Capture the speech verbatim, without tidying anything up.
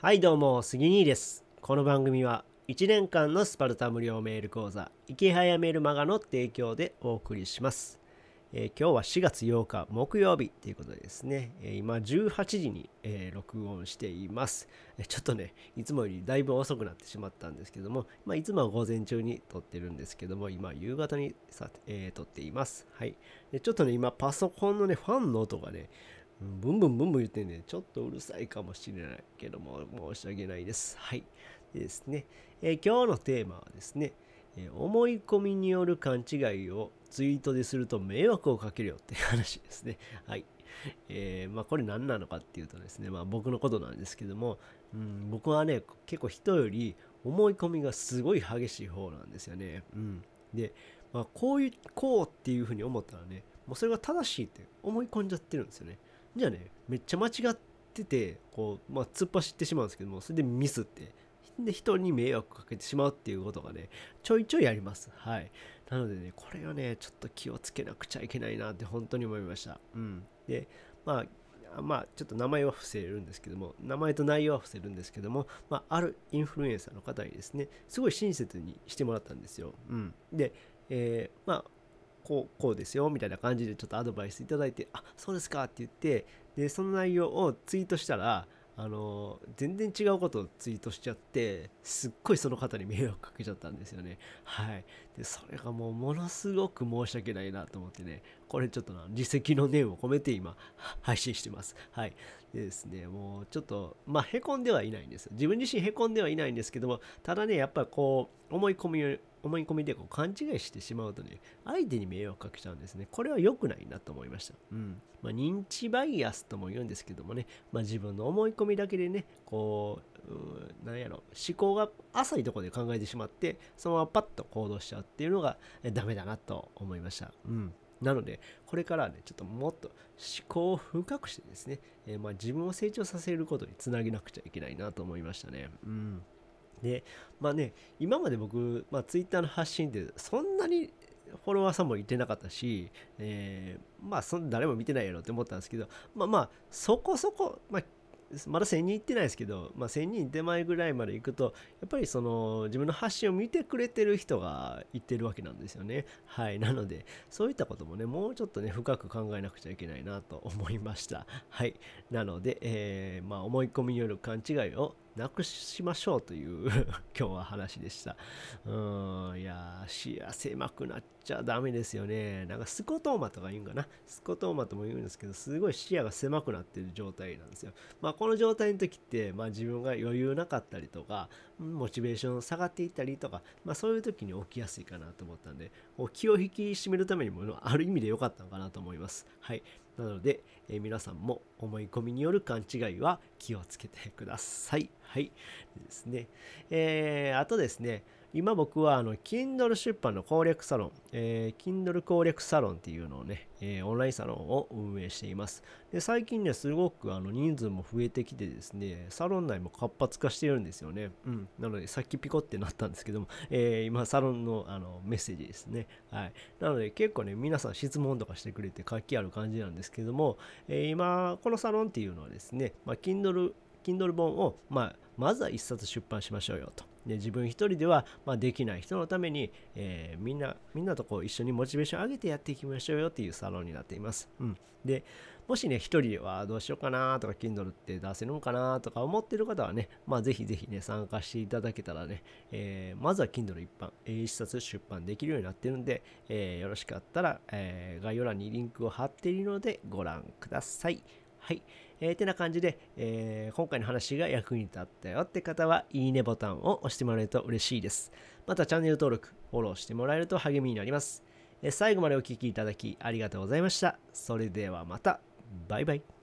はいどうも、杉兄です。この番組はいちねんかんのスパルタ無料メール講座、いきはやメルマガの提供でお送りします。えー今日はしがつようか木曜日ということでですね、えー今じゅうはちじに、えー録音しています。えーちょっとね、いつもよりだいぶ遅くなってしまったんですけども、まあ、いつもは午前中に撮ってるんですけども、今夕方にさ、えー撮っています。はい。でちょっとね、今パソコンのね、ファンの音がね、うんブンブンブンブン言ってんで、ちょっとうるさいかもしれないけども、申し訳ないです。はい。でですね、えー今日のテーマはですね、えー思い込みによる勘違いをツイートですると迷惑をかけるよっていう話ですね。はい。えーまあこれ何なのかっていうとですね、まあ僕のことなんですけども、うん、僕はね、結構人より思い込みがすごい激しい方なんですよね。うん。で、まあこういう、こうっていうふうに思ったらね、もうそれが正しいって思い込んじゃってるんですよね。じゃあね、めっちゃ間違ってて、こう、まあ、突っ走ってしまうんですけども、それでミスって、で、人に迷惑かけてしまうっていうことがね、ちょいちょいあります。はい。なのでね、これはね、ちょっと気をつけなくちゃいけないなって本当に思いました。うん。で、まあ、まあ、ちょっと名前は伏せるんですけども、名前と内容は伏せるんですけども、まあ、あるインフルエンサーの方にですね、すごい親切にしてもらったんですよ。うん。で、えーまあ、こうこうですよみたいな感じでちょっとアドバイスいただいて、あ、そうですかって言って、でその内容をツイートしたら、あの全然違うことをツイートしちゃって、すっごいその方に迷惑かけちゃったんですよね。はい。でそれがもうものすごく申し訳ないなと思ってね、これちょっとな自責の念を込めて今配信してます。はい。でですね、もうちょっとまあへこんではいないんですよ。自分自身へこんではいないんですけども、ただね、やっぱりこう思い込み思い込みでこう勘違いしてしまうとね、相手に迷惑かけちゃうんですね。これは良くないなと思いました。うん。まあ、認知バイアスとも言うんですけどもね、まあ、自分の思い込みだけでね、こう、うなんやろ、思考が浅いところで考えてしまって、そのままパッと行動しちゃうっていうのがえダメだなと思いました。うん。なので、これからはね、ちょっともっと思考を深くしてですね、えーまあ自分を成長させることにつなげなくちゃいけないなと思いましたね。うん。で、まあね、今まで僕、まあ、ツイッターの発信ってそんなにフォロワーさんもいてなかったし、えーまあそん誰も見てないやろって思ったんですけど、まあまあ、そこそこ、まあ、まだせんにんいってないですけど、まあ、せんにん手前ぐらいまで行くと、やっぱりその自分の発信を見てくれてる人がいてるわけなんですよね。はい。なので、そういったこともね、もうちょっとね、深く考えなくちゃいけないなと思いました。はい。なので、えーまあ、思い込みによる勘違いをなくしましょうという今日は話でした。うーん、いやー、視野狭くなっちゃダメですよね。なんかスコトーマとか言うんかな。スコトーマとも言うんですけど、すごい視野が狭くなってる状態なんですよ。まあ、この状態の時って、まあ、自分が余裕なかったりとか、モチベーション下がっていったりとか、まあ、そういう時に起きやすいかなと思ったんで、こう気を引き締めるためにも、ある意味で良かったのかなと思います。はい。なので、えー皆さんも思い込みによる勘違いは気をつけてください。はい。でですね。えー、あとですね、今僕はあの Kindle 出版の攻略サロン、えー Kindle 攻略サロンっていうのをね、えーオンラインサロンを運営しています。で、最近ね、すごくあの人数も増えてきてですね、サロン内も活発化しているんですよね。うん。なので、さっきピコってなったんですけども、えー今、サロンのあのメッセージですね。はい。なので、結構ね、皆さん質問とかしてくれて活気ある感じなんですけども、えー今、このサロンっていうのはですね、まあ、Kindle Kindle 本を、まあ、まずはいっさつ出版しましょうよと。で自分一人では、まあ、できない人のために、えーみんなみんなとこう一緒にモチベーション上げてやっていきましょうよっていうサロンになっています。うん、でもしね一人ではどうしようかなとか Kindle って出せるのかなとか思ってる方はね、まあ、ぜひぜひね参加していただけたらね、えーまずは Kindle 一般、えー、一冊出版できるようになってるんで、えーよろしかったら、えー概要欄にリンクを貼っているのでご覧ください。はい。えー、てな感じで、えー今回の話が役に立ったよって方は、いいねボタンを押してもらえると嬉しいです。また、チャンネル登録、フォローしてもらえると励みになります。えー最後までお聴きいただきありがとうございました。それではまた。バイバイ。